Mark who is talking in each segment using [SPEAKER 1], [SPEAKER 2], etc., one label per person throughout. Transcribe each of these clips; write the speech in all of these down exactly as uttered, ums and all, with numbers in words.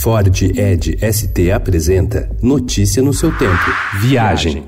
[SPEAKER 1] Ford Edge S T apresenta Notícia no seu tempo. Viagem.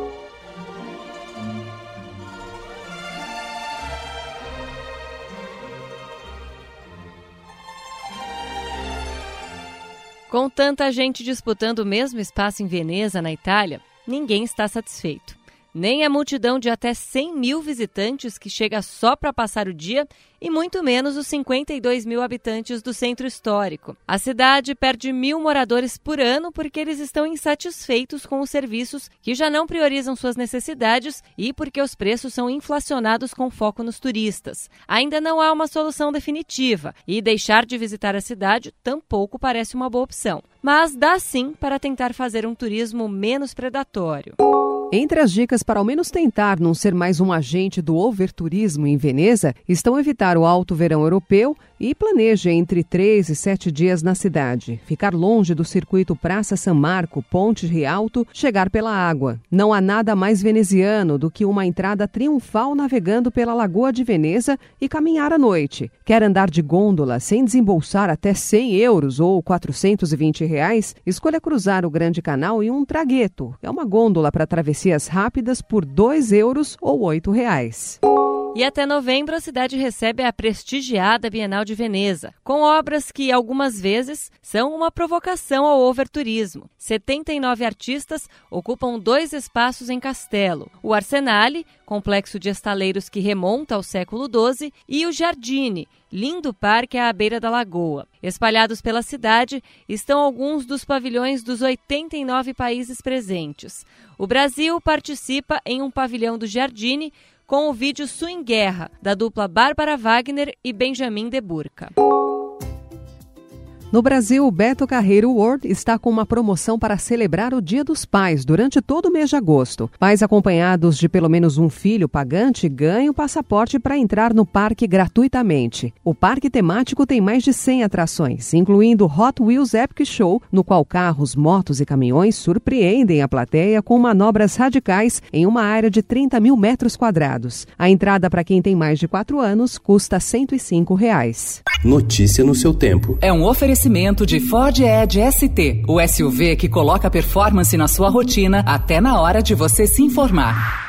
[SPEAKER 2] Com tanta gente disputando o mesmo espaço em Veneza, na Itália, ninguém está satisfeito. Nem a multidão de até cem mil visitantes que chega só para passar o dia e muito menos os cinquenta e dois mil habitantes do centro histórico. A cidade perde mil moradores por ano porque eles estão insatisfeitos com os serviços que já não priorizam suas necessidades e porque os preços são inflacionados com foco nos turistas. Ainda não há uma solução definitiva e deixar de visitar a cidade tampouco parece uma boa opção. Mas dá sim para tentar fazer um turismo menos predatório.
[SPEAKER 3] Entre as dicas para ao menos tentar não ser mais um agente do overturismo em Veneza, estão evitar o alto verão europeu e planeje entre três e sete dias na cidade. Ficar longe do circuito Praça San Marco, Ponte Rialto, chegar pela água. Não há nada mais veneziano do que uma entrada triunfal navegando pela Lagoa de Veneza e caminhar à noite. Quer andar de gôndola sem desembolsar até cem euros ou quatrocentos e vinte reais? Escolha cruzar o Grande Canal em um traghetto. É uma gôndola para travessias rápidas por dois euros ou oito reais.
[SPEAKER 2] E até novembro a cidade recebe a prestigiada Bienal de Veneza, com obras que algumas vezes são uma provocação ao overturismo. setenta e nove artistas ocupam dois espaços em Castelo: o Arsenale, complexo de estaleiros que remonta ao século doze, e o Giardini, lindo parque à beira da lagoa. Espalhados pela cidade estão alguns dos pavilhões dos oitenta e nove países presentes. O Brasil participa em um pavilhão do Giardini com o vídeo Swing Guerra, da dupla Bárbara Wagner e Benjamin de Burca.
[SPEAKER 3] No Brasil, o Beto Carreiro World está com uma promoção para celebrar o Dia dos Pais durante todo o mês de agosto. Pais acompanhados de pelo menos um filho pagante ganham passaporte para entrar no parque gratuitamente. O parque temático tem mais de cem atrações, incluindo Hot Wheels Epic Show, no qual carros, motos e caminhões surpreendem a plateia com manobras radicais em uma área de trinta mil metros quadrados. A entrada para quem tem mais de quatro anos custa cento e cinco reais.
[SPEAKER 1] Notícia no seu tempo.
[SPEAKER 4] É um oferecimento de Ford Edge S T, o S U V que coloca performance na sua rotina até na hora de você se informar.